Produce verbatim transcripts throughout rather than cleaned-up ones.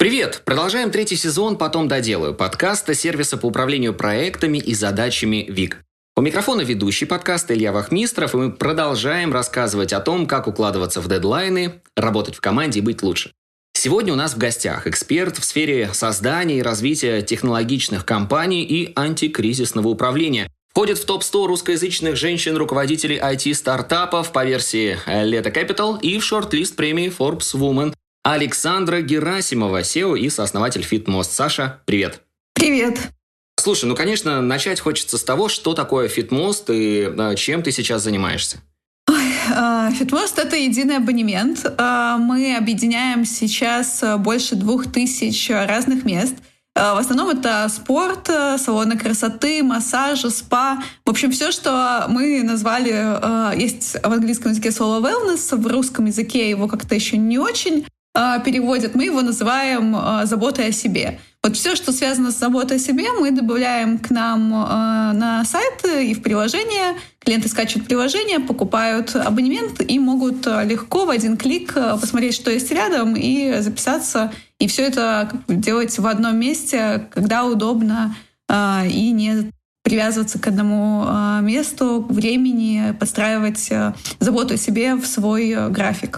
Привет! Продолжаем третий сезон «Потом доделаю» подкаста сервиса по управлению проектами и задачами ВИК. У микрофона ведущий подкаста Илья Вахмистров, и мы продолжаем рассказывать о том, как укладываться в дедлайны, работать в команде и быть лучше. Сегодня у нас в гостях эксперт в сфере создания и развития технологичных компаний и антикризисного управления. Входит в топ сто русскоязычных женщин-руководителей ай ти-стартапов по версии Leta Capital и в шорт-лист премии Forbes Woman Александра Герасимова, сео и сооснователь FitMost. Саша, привет. Привет. Слушай, ну, конечно, начать хочется с того, что такое FitMost и а, чем ты сейчас занимаешься. FitMost — это единый абонемент. Мы объединяем сейчас больше двух тысяч разных мест. В основном это спорт, салоны красоты, массажи, спа. В общем, все, что мы назвали, есть в английском языке слово wellness, в русском языке его как-то еще не очень переводят, мы его называем заботой о себе. Вот все, что связано с заботой о себе, мы добавляем к нам на сайт и в приложение. Клиенты скачивают приложение, покупают абонемент и могут легко в один клик посмотреть, что есть рядом, и записаться. И все это делать в одном месте, когда удобно, и не привязываться к одному месту, времени, подстраивать заботу о себе в свой график.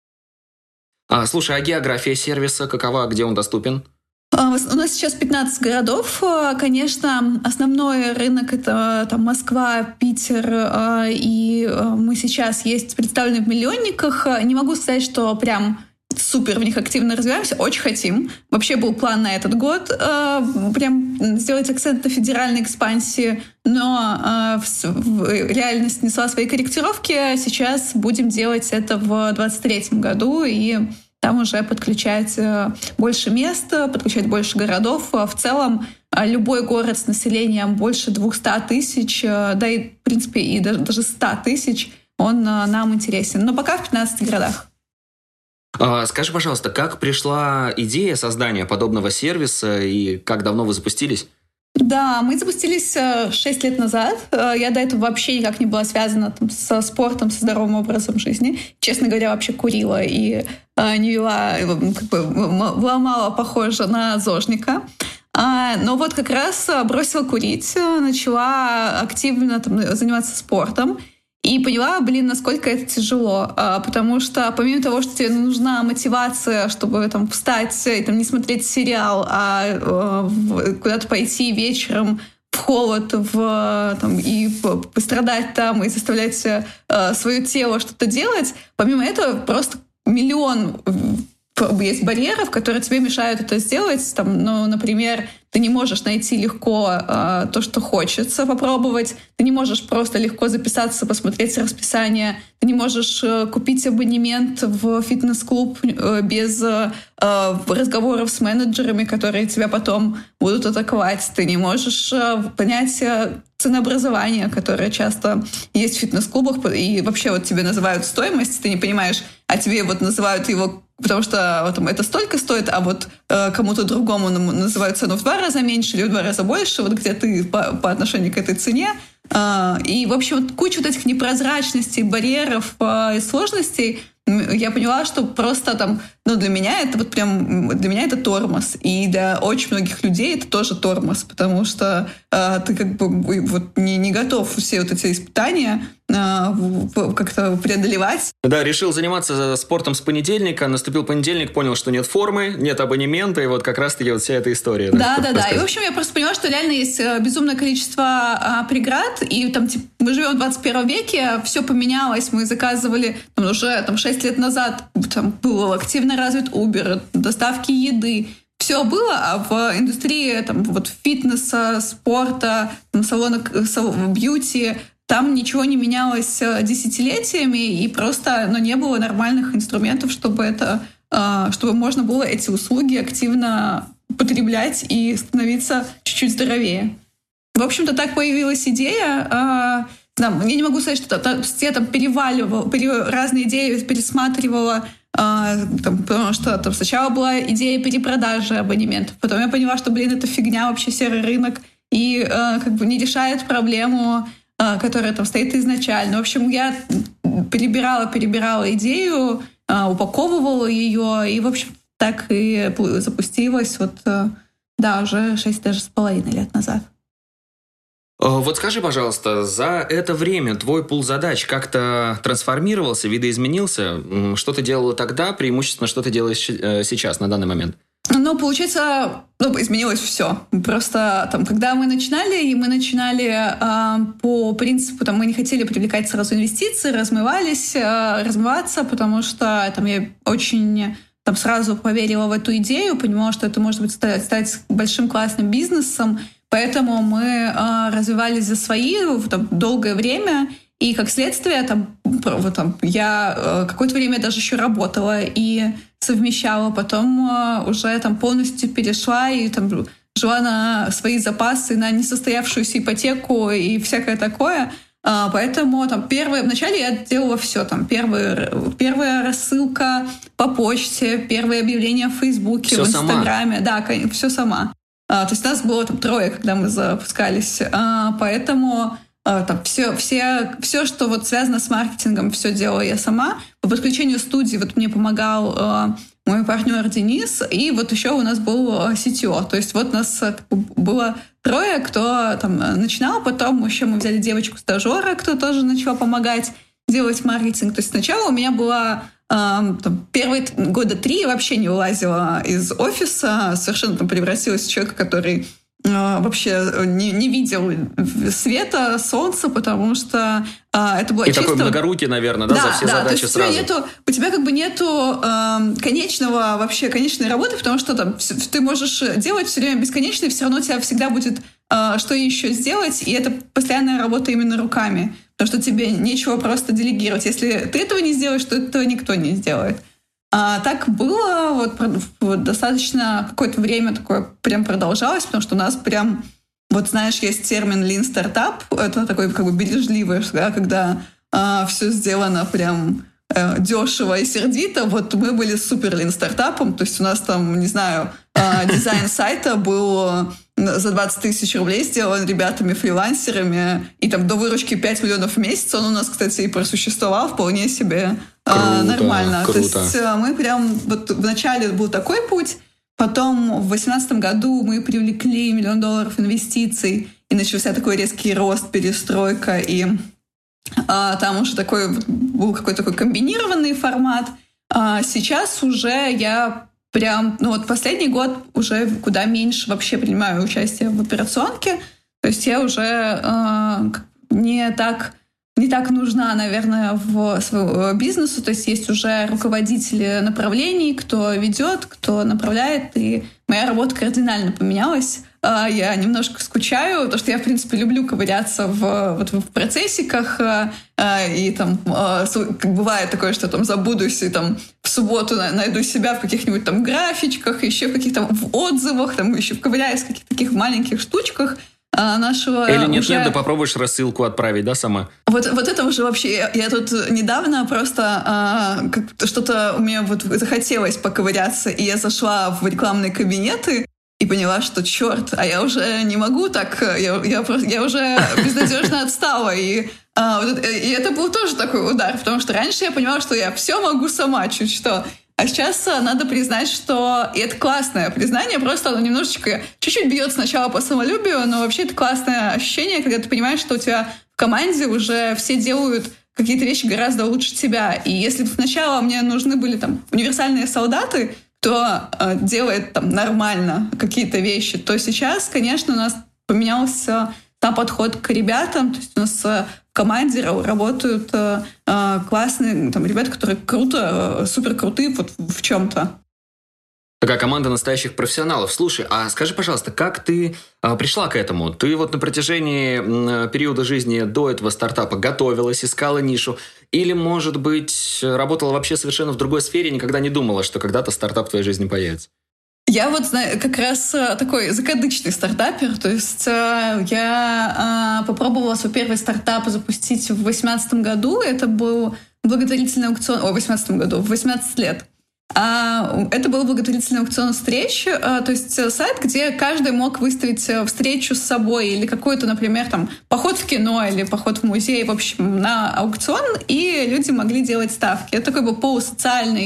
А, слушай, а география сервиса какова, где он доступен? У нас сейчас пятнадцать городов. Конечно, основной рынок — это там, Москва, Питер, и мы сейчас есть представлены в миллионниках. Не могу сказать, что прям супер в них активно развиваемся. Очень хотим. Вообще был план на этот год прям сделать акцент на федеральной экспансии, но реальность несла свои корректировки. Сейчас будем делать это в двадцать третьем году, и там уже подключать больше мест, подключать больше городов. В целом любой город с населением больше двухсот тысяч, да и, в принципе, и даже ста тысяч, он нам интересен. Но пока в пятнадцати городах. Скажи, пожалуйста, как пришла идея создания подобного сервиса и как давно вы запустились? Да, мы запустились шесть лет назад. Я до этого вообще никак не была связана там, со спортом, со здоровым образом жизни. Честно говоря, вообще курила и э, не вела, как бы, была мало похожа на зожника. А, но вот как раз бросила курить, начала активно там, заниматься спортом. И поняла, блин, насколько это тяжело, потому что помимо того, что тебе нужна мотивация, чтобы там встать и там, не смотреть сериал, а куда-то пойти вечером в холод в, там, и пострадать там, и заставлять свое тело что-то делать, помимо этого просто миллион есть барьеров, которые тебе мешают это сделать. Там, ну, например, ты не можешь найти легко э, то, что хочется попробовать. Ты не можешь просто легко записаться, посмотреть расписание. Ты не можешь э, купить абонемент в фитнес-клуб э, без э, разговоров с менеджерами, которые тебя потом будут атаковать. Ты не можешь э, понять э, ценообразование, которое часто есть в фитнес-клубах, и вообще вот тебе называют стоимость, ты не понимаешь, а тебе вот называют его, потому что вот, там, это столько стоит, а вот э, кому-то другому называют цену в два раза меньше или в два раза больше, вот где ты по, по отношению к этой цене. Э, и, в общем, вот куча вот этих непрозрачностей, барьеров э, и сложностей. Я поняла, что просто там, ну, для меня это вот прям, для меня это тормоз. И для очень многих людей это тоже тормоз, потому что э, ты как бы вот не, не готов все вот эти испытания э, как-то преодолевать. Да, решил заниматься спортом с понедельника, наступил понедельник, понял, что нет формы, нет абонемента, и вот как раз-таки вот вся эта история. Да, да, да. И, в общем, я просто поняла, что реально есть безумное количество преград, и там, типа, мы живем в двадцать первом веке, все поменялось, мы заказывали там, уже там, шесть лет назад, там был активно развит Uber, доставки еды. Все было, а в индустрии там, вот, фитнеса, спорта, там, салона, салон, бьюти, там ничего не менялось десятилетиями, и просто ну, не было нормальных инструментов, чтобы, это, чтобы можно было эти услуги активно потреблять и становиться чуть-чуть здоровее. В общем-то, так появилась идея. Да, я не могу сказать, что я там переваливала, пере, разные идеи пересматривала, э, там, потому что там сначала была идея перепродажи абонементов, потом я поняла, что, блин, это фигня, вообще серый рынок, и э, как бы не решает проблему, э, которая там стоит изначально. В общем, я перебирала, перебирала идею, э, упаковывала ее, и, в общем, так и запустилась вот, да, уже шесть даже с половиной лет назад. Вот скажи, пожалуйста, за это время твой пул задач как-то трансформировался, видоизменился? Что ты делала тогда, преимущественно, что ты делаешь сейчас, на данный момент? Ну, получается, ну, изменилось все. Просто там, когда мы начинали, и мы начинали э, по принципу, там, мы не хотели привлекать сразу инвестиции, размывались, э, размываться, потому что там я очень там сразу поверила в эту идею, понимала, что это может быть стать, стать большим классным бизнесом, поэтому мы э, развивались за свои там, долгое время. И как следствие, там, вот, там, я э, какое-то время даже еще работала и совмещала, потом э, уже там, полностью перешла и там, жила на свои запасы, на несостоявшуюся ипотеку и всякое такое. Э, поэтому там, первое, вначале я делала все. Там, первый, первая рассылка по почте, первые объявления в Фейсбуке, все в Инстаграме. Сама. Да, конечно, все сама. Э, то есть нас было там, трое, когда мы запускались. Э, поэтому... Там, все, все, все, что вот связано с маркетингом, все делала я сама. По подключению студии вот мне помогал э, мой партнер Денис, и вот еще у нас был си ти о. То есть вот у нас было трое, кто там начинал, потом еще мы взяли девочку-стажера, кто тоже начала помогать делать маркетинг. То есть сначала у меня была э, там, первые года три вообще не вылазила из офиса, совершенно там превратилась в человека, который вообще не, не видел света, солнца, потому что а, это было и чисто... такой многорукий, наверное, да, да за все да, задачи то есть сразу. Нету, у тебя как бы нету э, конечного, вообще конечной работы, потому что там ты можешь делать все время бесконечно, и все равно у тебя всегда будет э, что еще сделать, и это постоянная работа именно руками, потому что тебе нечего просто делегировать. Если ты этого не сделаешь, то этого никто не сделает. А так было, вот, вот достаточно какое-то время такое прям продолжалось, потому что у нас прям, вот знаешь, есть термин lean startup, это такой как бы бережливый, да, когда а, все сделано прям а, дешево и сердито. Вот мы были супер lean стартапом, то есть у нас там, не знаю, а, дизайн сайта был за двадцать тысяч рублей сделан ребятами-фрилансерами, и там до выручки пять миллионов в месяц. Он у нас, кстати, и просуществовал вполне себе круто, нормально. Круто. То есть мы прям... Вот вначале был такой путь, потом в две тысячи восемнадцатом году мы привлекли миллион долларов инвестиций, и начался такой резкий рост, перестройка, и а, там уже такой был какой-то такой комбинированный формат. А сейчас уже я прям... Ну вот последний год уже куда меньше вообще принимаю участие в операционке. То есть я уже а, не так... не так нужна, наверное, в своему бизнесу. То есть есть уже руководители направлений, кто ведет, кто направляет, и моя работа кардинально поменялась. Я немножко скучаю, потому что я, в принципе, люблю ковыряться в, вот, в процессиках, и там бывает такое, что там забудусь, и там в субботу найду себя в каких-нибудь там графичках, еще в каких-то в отзывах, там еще ковыряюсь в каких-то таких маленьких штучках, нашего... Или нет, уже... нет, да попробуешь рассылку отправить, да, сама? Вот, вот это уже вообще... Я, я тут недавно просто а, как, что-то у меня вот захотелось поковыряться, и я зашла в рекламные кабинеты и поняла, что черт, а я уже не могу так, я, я, я уже безнадежно отстала. И, а, вот, и это был тоже такой удар, потому что раньше я понимала, что я все могу сама, чуть что. А сейчас надо признать, что... И это классное признание, просто оно немножечко... Чуть-чуть бьет сначала по самолюбию, но вообще это классное ощущение, когда ты понимаешь, что у тебя в команде уже все делают какие-то вещи гораздо лучше тебя. И если сначала мне нужны были там универсальные солдаты, кто э, делает там нормально какие-то вещи, то сейчас, конечно, у нас поменялся там подход к ребятам. То есть у нас в команде работают э, классные там, ребята, которые круто, э, супер крутые вот в чем-то. Такая команда настоящих профессионалов. Слушай, а скажи, пожалуйста, как ты а, пришла к этому? Ты вот на протяжении м, периода жизни до этого стартапа готовилась, искала нишу? Или, может быть, работала вообще совершенно в другой сфере и никогда не думала, что когда-то стартап в твоей жизни появится? Я вот знаю, как раз такой закадычный стартапер. То есть я попробовала свой первый стартап запустить в восемнадцатом году. Это был благотворительный аукцион... О, в восемнадцатом году, в восемнадцать лет. Это был благотворительный аукцион встреч, то есть сайт, где каждый мог выставить встречу с собой или какой-то, например, там, поход в кино или поход в музей, в общем, на аукцион, и люди могли делать ставки. Это такой был полусоциальный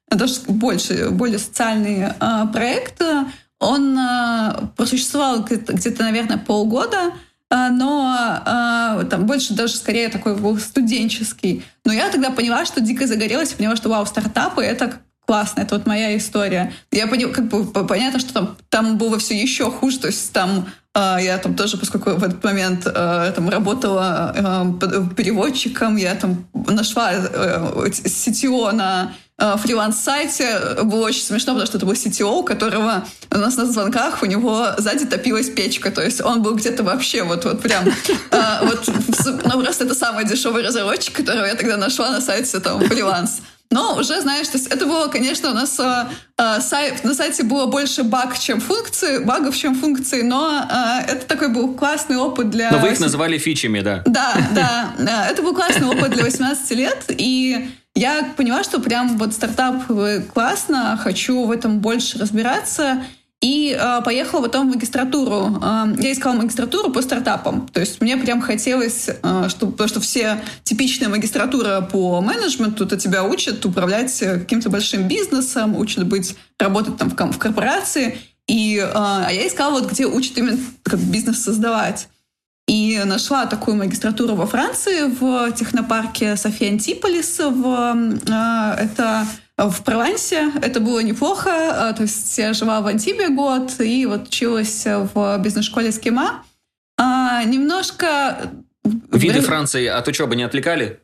даже больше, более социальный э, проект. Он э, просуществовал где-то, где-то, наверное, полгода, э, но э, там больше даже скорее такой был студенческий. Но я тогда поняла, что дико загорелась, поняла, что вау, стартапы — это классно, это вот моя история. Я поняла, как бы понятно, что там, там было все еще хуже, то есть там э, я там тоже, поскольку в этот момент э, там работала э, переводчиком, я там нашла э, си ти о на фриланс-сайте. Было очень смешно, потому что это был си ти о, у которого у нас на звонках у него сзади топилась печка. То есть он был где-то вообще вот, вот прям... Э, вот, ну, просто это самый дешевый разработчик, которого я тогда нашла на сайте там фриланс. Но уже, знаешь, то есть это было, конечно, у нас э, сайт, на сайте было больше баг, чем функций, багов, чем функций, но э, это такой был классный опыт для... Но вы их называли фичами, да? Да, да. Это был классный опыт для восемнадцати лет, и я поняла, что прям вот стартап классно, хочу в этом больше разбираться. И э, поехала потом в магистратуру. Э, я искала магистратуру по стартапам. То есть мне прям хотелось, э, чтобы, потому что все типичная магистратура по менеджменту, это тебя учат управлять каким-то большим бизнесом, учат быть, работать там в, в корпорации. И, э, а я искала вот где учат именно как бизнес создавать. И нашла такую магистратуру во Франции, в технопарке София Антиполис. В, э, это в Провансе. Это было неплохо. Э, то есть я жила в Антибе год и вот училась в бизнес-школе Скима. Э, немножко... Виды Франции от учебы не отвлекали?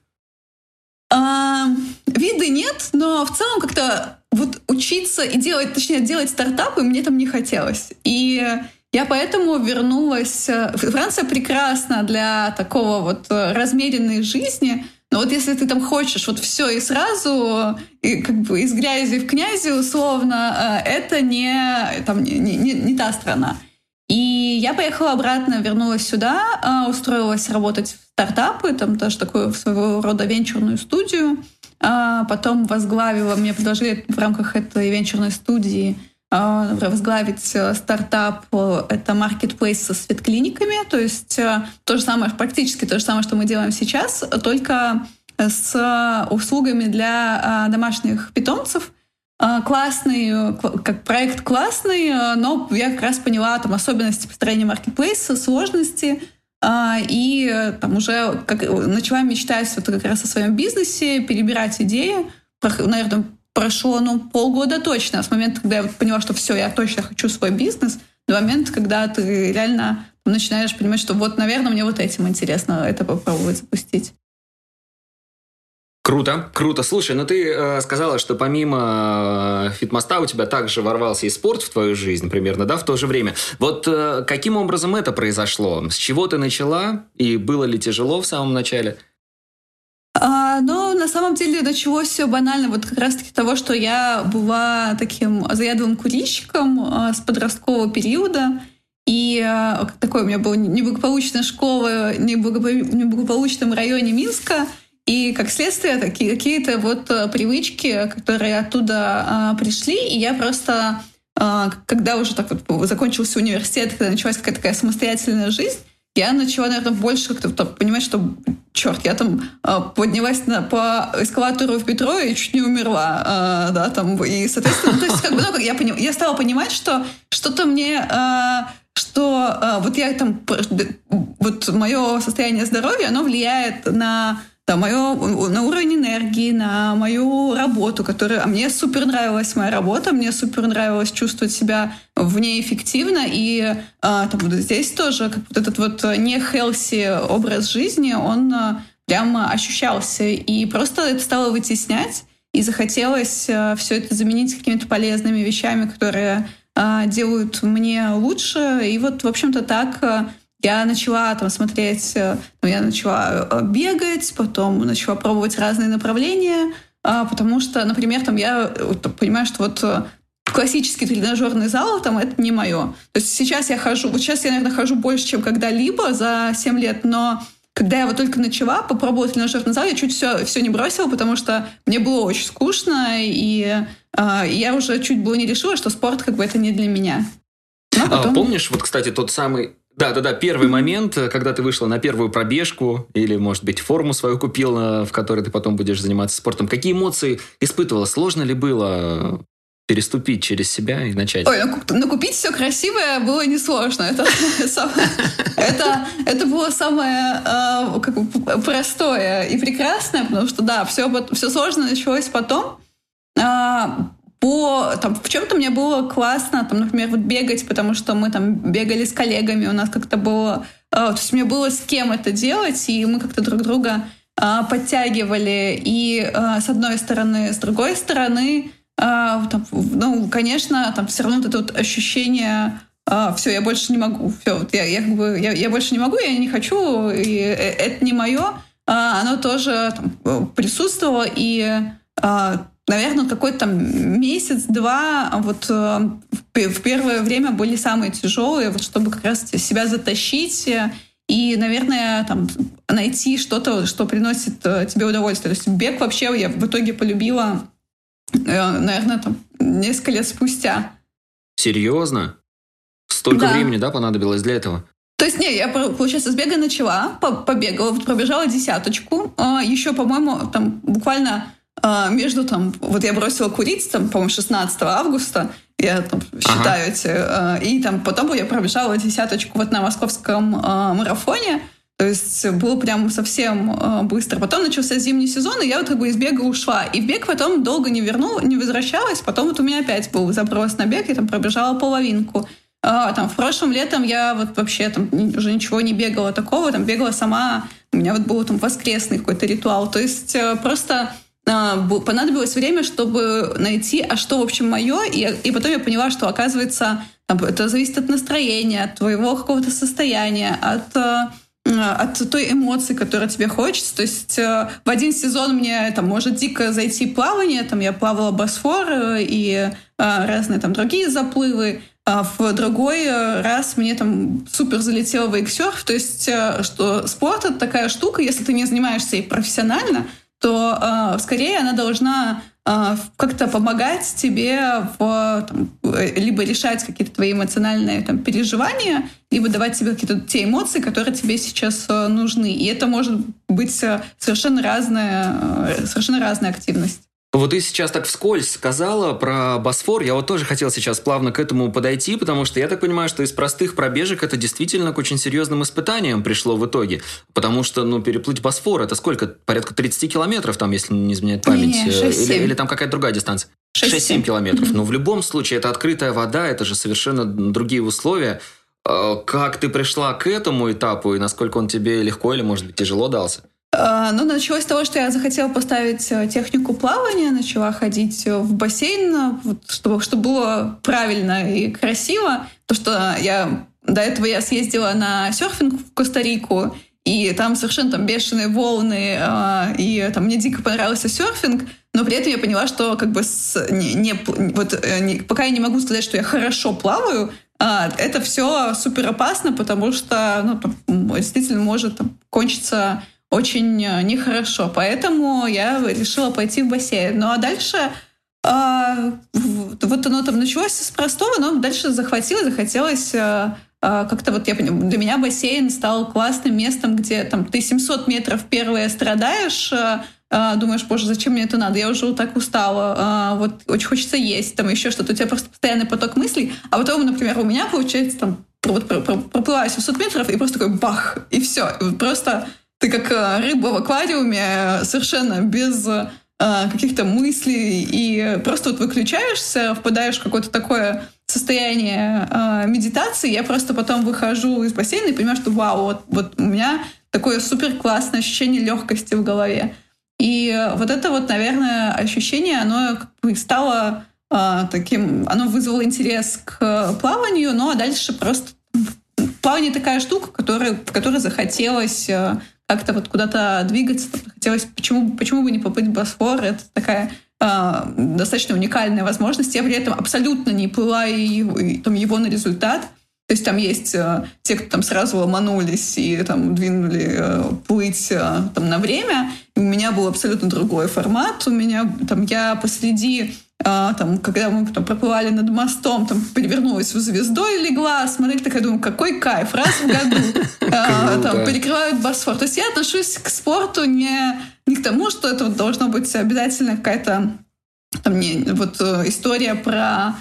Э, виды нет, но в целом как-то вот учиться и делать, точнее, делать стартапы мне там не хотелось. И я поэтому вернулась... Франция прекрасна для такого вот размеренной жизни, но вот если ты там хочешь вот все и сразу, и как бы из грязи в князи условно, это не, там, не, не, не та страна. И я поехала обратно, вернулась сюда, устроилась работать в стартапы, там тоже такую своего рода венчурную студию. Потом возглавила, мне предложили в рамках этой венчурной студии возглавить стартап, это marketplace с ветклиниками, то есть то же самое, практически то же самое, что мы делаем сейчас, только с услугами для домашних питомцев. Классный, как проект классный, но я как раз поняла там особенности построения маркетплейса, сложности, и там уже как, начала мечтать вот как раз о своем бизнесе, перебирать идеи, наверное, прошло, ну, полгода точно, с момента, когда я поняла, что все, я точно хочу свой бизнес, до момента, когда ты реально начинаешь понимать, что вот, наверное, мне вот этим интересно это попробовать запустить. Круто, круто. Слушай, ну ты э, сказала, что помимо э, фитмоста у тебя также ворвался и спорт в твою жизнь примерно, да, в то же время. Вот э, каким образом это произошло? С чего ты начала? И было ли тяжело в самом начале? А, но на самом деле началось все банально вот как раз-таки того, что я была таким заядлым курильщиком а, с подросткового периода. И а, такой у меня была неблагополучная школа в неблагополучном районе Минска. И как следствие такие, какие-то вот привычки, которые оттуда а, пришли. И я просто, а, когда уже так вот закончился университет, когда началась какая-то такая самостоятельная жизнь, я начала, наверное, больше как-то понимать, что, черт, я там э, поднялась на, по эскалатору в метро и чуть не умерла, э, да, там, и, соответственно, то есть, как бы, ну, я, поним, я стала понимать, что что-то мне, э, что э, вот я там, вот мое состояние здоровья, оно влияет на... Да, моё, на уровень энергии, на мою работу, которая... А мне супер нравилась моя работа, мне супер нравилось чувствовать себя в ней эффективно, и а, там, здесь тоже как вот этот вот не healthy образ жизни, он а, прямо ощущался, и просто это стало вытеснять, и захотелось а, все это заменить какими-то полезными вещами, которые а, делают мне лучше, и вот, в общем-то, так... А, Я начала там смотреть, я начала бегать, потом начала пробовать разные направления, потому что, например, там я понимаю, что вот классический тренажерный зал там это не мое. То есть сейчас я хожу, вот сейчас я, наверное, хожу больше, чем когда-либо за семь лет, но когда я вот только начала попробовать тренажерный зал, я чуть все, все не бросила, потому что мне было очень скучно, и я уже чуть было не решила, что спорт как бы это не для меня. Потом... А, помнишь, вот, кстати, тот самый Да-да-да, первый момент, когда ты вышла на первую пробежку или, может быть, форму свою купила, в которой ты потом будешь заниматься спортом. Какие эмоции испытывала? Сложно ли было переступить через себя и начать? Ой, ну купить все красивое было несложно. Это, это, это было самое э, как бы простое и прекрасное, потому что, да, все, все сложно началось потом. А, по, там, в чем-то мне было классно, там, например, вот бегать, потому что мы там бегали с коллегами, у нас как-то было... Э, то есть мне было с кем это делать, и мы как-то друг друга э, подтягивали. И э, с одной стороны, с другой стороны... А, там, ну, конечно, там все равно вот это вот ощущение, а, все, я больше не могу, все, вот я, я, как бы, я, я больше не могу, я не хочу, и это не мое, а, оно тоже там присутствовало, и, а, наверное, какой-то там месяц-два вот в первое время были самые тяжелые, вот, чтобы как раз себя затащить и, наверное, там, найти что-то, что приносит тебе удовольствие. То есть бег вообще я в итоге полюбила, наверное, там, несколько лет спустя. Серьезно? Столько да. времени, да, понадобилось для этого? То есть, не, я, получается, с бега начала, побегала, пробежала десяточку. Еще, по-моему, там буквально между там... Вот я бросила курить, там, по-моему, шестнадцатого августа, я там считаю ага. эти... И там потом я пробежала десяточку вот на московском марафоне. То есть было прям совсем э, быстро. Потом начался зимний сезон, и я вот как бы из бега ушла. И в бег потом долго не вернула, не возвращалась. Потом вот у меня опять был запрос на бег, я там пробежала половинку. А, там, в прошлом летом я вот вообще там уже ничего не бегала такого, там бегала сама. У меня вот был там воскресный какой-то ритуал. То есть э, просто э, понадобилось время, чтобы найти, а что, в общем, мое. И, и потом я поняла, что, оказывается, там, это зависит от настроения, от твоего какого-то состояния, от... Э, от той эмоции, которая тебе хочется. То есть э, в один сезон мне там может дико зайти плавание, там я плавала Босфор и э, разные там другие заплывы, а в другой раз мне там супер залетел вейксерф. То есть э, что спорт — это такая штука, если ты не занимаешься ей профессионально, то э, скорее она должна э, как-то помогать тебе в, там, либо решать какие-то твои эмоциональные там, переживания, либо давать тебе какие-то те эмоции, которые тебе сейчас э, нужны. И это может быть совершенно разная, э, совершенно разная активность. Вот ты сейчас так вскользь сказала про Босфор. Я вот тоже хотел сейчас плавно к этому подойти, потому что я так понимаю, что из простых пробежек это действительно к очень серьезным испытаниям пришло в итоге. Потому что, ну, переплыть Босфор, это сколько? Порядка тридцать километров, там, если не изменяет память. Не, шесть семь. Или, или там какая-то другая дистанция? шесть-семь километров. Но в любом случае это открытая вода, это же совершенно другие условия. Как ты пришла к этому этапу и насколько он тебе легко или, может быть, тяжело дался? Ну, началось с того, что я захотела поставить технику плавания, начала ходить в бассейн, чтобы, чтобы было правильно и красиво. То, что я до этого я съездила на серфинг в Коста-Рику, и там совершенно там бешеные волны, и там мне дико понравился серфинг, но при этом я поняла, что как бы с, не, не, вот, не, пока я не могу сказать, что я хорошо плаваю, это все супер опасно, потому что ну, там, действительно может там, кончиться очень нехорошо. Поэтому я решила пойти в бассейн. Ну а дальше э, вот оно там началось с простого, но дальше захватило, захотелось э, как-то вот я понимаю, для меня бассейн стал классным местом, где там ты семьсот метров первые страдаешь, э, думаешь, боже, зачем мне это надо? Я уже вот так устала, э, вот очень хочется есть, там еще что-то. У тебя просто постоянный поток мыслей. А потом, например, у меня получается там вот проплываю семьсот метров и просто такой бах, и все. Просто ты как рыба в аквариуме, совершенно без э, каких-то мыслей, и просто вот выключаешься, впадаешь в какое-то такое состояние э, медитации. Я просто потом выхожу из бассейна и понимаю, что вау, вот, вот у меня такое супер классное ощущение легкости в голове. И вот это вот, наверное, ощущение, оно как бы стало э, таким, оно вызвало интерес к плаванию, ну а дальше просто плавание такая штука, которая, в которой захотелось э, как-то вот куда-то двигаться. Хотелось, почему, почему бы не поплыть в Босфор? Это такая э, достаточно уникальная возможность. Я при этом абсолютно не плыла и, и, там, его на результат. То есть там есть э, те, кто там сразу ломанулись и там двинули э, плыть э, там, на время. И у меня был абсолютно другой формат. У меня там я посреди там, когда мы там проплывали над мостом, там, перевернулась в звездой, легла, смотрели, такая, думаю, какой кайф, раз в году там, перекрывают Босфор. То есть я отношусь к спорту не, не к тому, что это вот должно быть обязательно какая-то там, не, вот, история про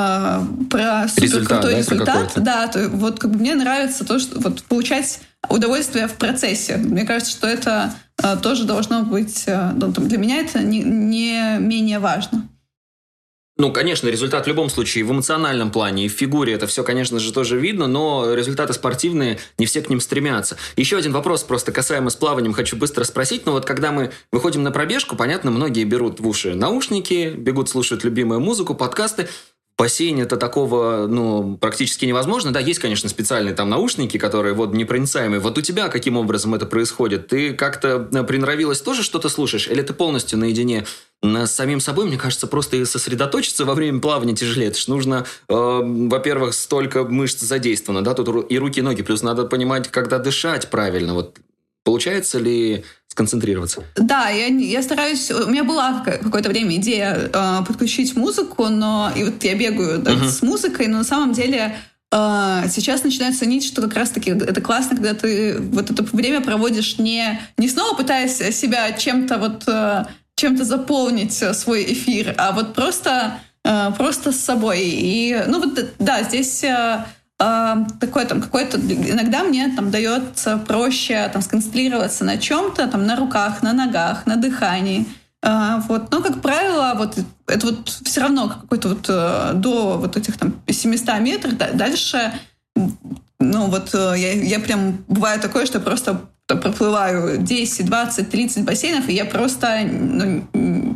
про супер крутой результат. результат. Да, то, вот как бы мне нравится то, что вот получать удовольствие в процессе. Мне кажется, что это а, тоже должно быть... А, для меня это не, не менее важно. Ну, конечно, результат в любом случае в эмоциональном плане и в фигуре это все, конечно же, тоже видно, но результаты спортивные, не все к ним стремятся. Еще один вопрос просто касаемо с плаванием хочу быстро спросить. Но вот когда мы выходим на пробежку, понятно, многие берут в уши наушники, бегут слушать любимую музыку, подкасты. В бассейне это такого, ну, практически невозможно. Да, есть, конечно, специальные там наушники, которые водонепроницаемые. Вот у тебя каким образом это происходит? Ты как-то приноровилась тоже что-то слушаешь? Или ты полностью наедине с самим собой? Мне кажется, просто и сосредоточиться во время плавания тяжелее. Это ж нужно, э, во-первых, столько мышц задействовано, да, тут и руки, и ноги. Плюс надо понимать, когда дышать правильно. Вот получается ли сконцентрироваться? Да, я, я стараюсь... У меня была какое-то время идея э, подключить музыку, но... И вот я бегаю да, uh-huh. с музыкой, но на самом деле э, сейчас начинаю ценить, что как раз-таки это классно, когда ты вот это время проводишь не, не снова пытаясь себя чем-то вот... Э, чем-то заполнить свой эфир, а вот просто, э, просто с собой. И, ну вот, да, здесь... Э, такое там какое-то иногда мне там дается проще там сконцентрироваться на чем-то там на руках, на ногах, на дыхании, а, вот. Но как правило вот это вот все равно какой-то вот до вот этих там семьсот метров дальше, ну вот я, я прям бывает такое, что я просто там, проплываю десять, двадцать, тридцать бассейнов, и я просто ну,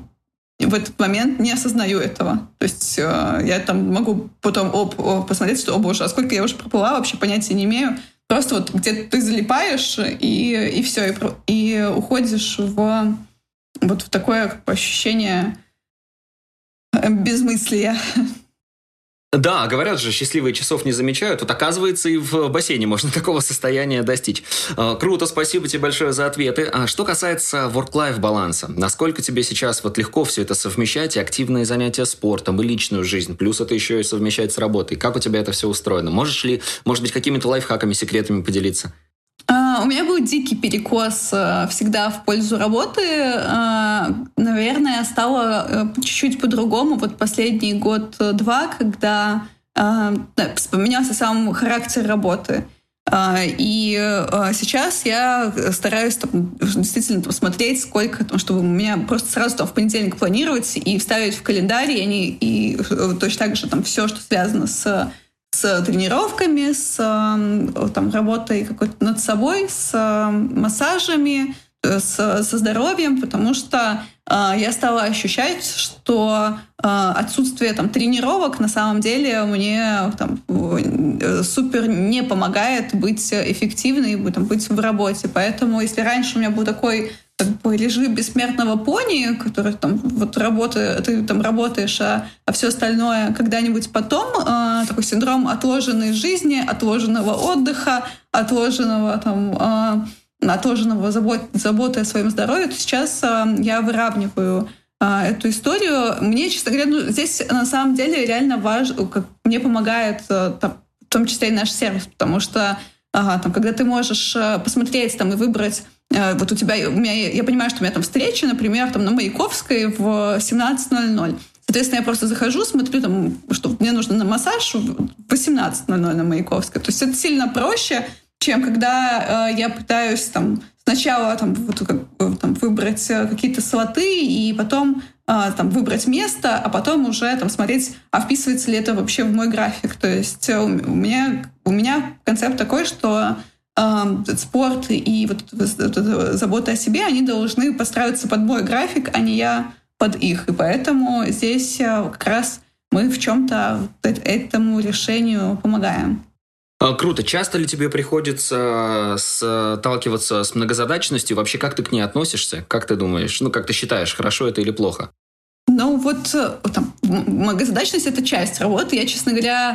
в этот момент не осознаю этого. То есть э, я там могу потом оп, оп, посмотреть, что, о боже, а сколько я уже проплыла, вообще понятия не имею. Просто вот где-то ты залипаешь, и, и все, и, и уходишь в, вот в такое как бы, ощущение безмыслия. Да, говорят же, счастливые часов не замечают. Вот оказывается, и в бассейне можно такого состояния достичь. Круто, спасибо тебе большое за ответы. А что касается work-life баланса, насколько тебе сейчас вот легко все это совмещать, и активные занятия спортом, и личную жизнь, плюс это еще и совмещать с работой? Как у тебя это все устроено? Можешь ли, может быть, какими-то лайфхаками, секретами поделиться? Uh, у меня был дикий перекос uh, всегда в пользу работы. Uh, наверное, стало uh, чуть-чуть по-другому. Вот последний год-два, когда uh, поменялся сам характер работы. Uh, и uh, сейчас я стараюсь там, действительно там, смотреть, сколько, там, чтобы у меня просто сразу там, в понедельник планировать и вставить в календарь, и, они, и uh, точно так же там, все, что связано с с тренировками, с там, работой какой-то над собой, с массажами, с, со здоровьем, потому что э, я стала ощущать, что э, отсутствие там, тренировок на самом деле мне там, супер не помогает быть эффективной, там, быть в работе. Поэтому если раньше у меня был такой как бы режим бессмертного пони, который там вот работает, ты там работаешь, а, а все остальное когда-нибудь потом, э, такой синдром отложенной жизни, отложенного отдыха, отложенного там э, отложенного забот, заботы о своем здоровье, то сейчас э, я выравниваю э, эту историю. Мне, честно говоря, ну, здесь на самом деле реально важно, как мне помогает э, там, в том числе и наш сервис, потому что ага, там, когда ты можешь э, посмотреть там, и выбрать вот у тебя, у меня, я понимаю, что у меня там встреча, например, там на Маяковской в семнадцать ноль ноль. Соответственно, я просто захожу, смотрю, там, что мне нужно на массаж в восемнадцать ноль ноль на Маяковской. То есть это сильно проще, чем когда э, я пытаюсь там, сначала там, вот, как, там, выбрать какие-то слоты и потом э, там, выбрать место, а потом уже там, смотреть, а вписывается ли это вообще в мой график. То есть у меня, у меня концепт такой, что спорт и вот эта забота о себе, они должны подстраиваться под мой график, а не я под их. И поэтому здесь как раз мы в чем-то этому решению помогаем. Круто. Часто ли тебе приходится сталкиваться с многозадачностью? Вообще, как ты к ней относишься? Как ты думаешь? Ну, как ты считаешь, хорошо это или плохо? Ну, вот там, многозадачность — это часть работы. Я, честно говоря,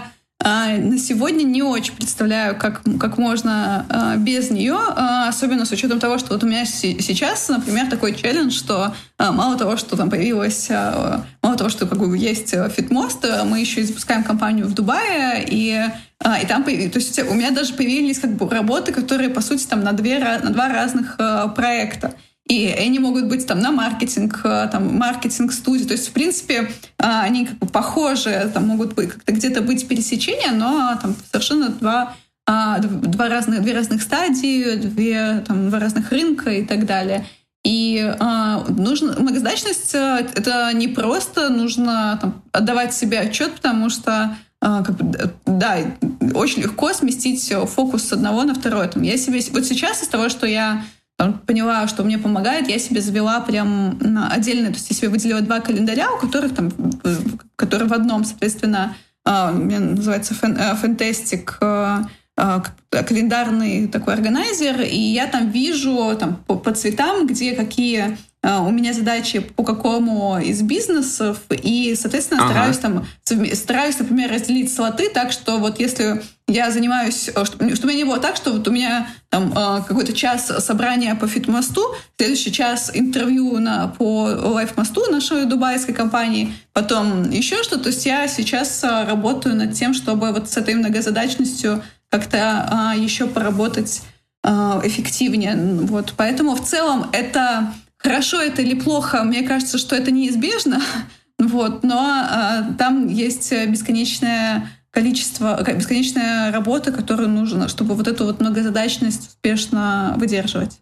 на сегодня не очень представляю, как, как можно без нее, особенно с учетом того, что вот у меня сейчас, например, такой челлендж, что мало того, что там появилась, мало того, что как бы есть Фитмост, мы еще и запускаем компанию в Дубае, и, и там, то есть у меня даже появились как бы работы, которые, по сути, там на, две, на два разных проекта. И они могут быть там на маркетинг, там маркетинг-студии. То есть, в принципе, они как бы похожи, там могут быть, как-то где-то быть пересечения, но там совершенно два, два разных, две разных стадии, две, там, два разных рынка и так далее. И нужно, многозадачность — это не просто нужно там отдавать себе отчет, потому что как бы, да, очень легко сместить фокус с одного на второе. Там, я себе, вот сейчас из того, что я поняла, что мне помогает, я себе завела прям отдельно, то есть я себе выделила два календаря, у которых там, которые в одном, соответственно, называется Fantastic, календарный такой органайзер, и я там вижу там, по, по цветам, где какие у меня задачи по какому из бизнесов, и, соответственно, ага. стараюсь, там, стараюсь, например, разделить слоты так, что вот если я занимаюсь... Чтобы у меня не было так, что вот у меня там какой-то час собрания по Фитмосту, следующий час интервью на, по Лайфмосту нашей дубайской компании, потом еще что-то. То есть я сейчас работаю над тем, чтобы вот с этой многозадачностью как-то еще поработать эффективнее. Вот. Поэтому в целом это... Хорошо это или плохо, мне кажется, что это неизбежно, вот, но э, там есть бесконечное количество, бесконечная работа, которую нужно, чтобы вот эту вот многозадачность успешно выдерживать.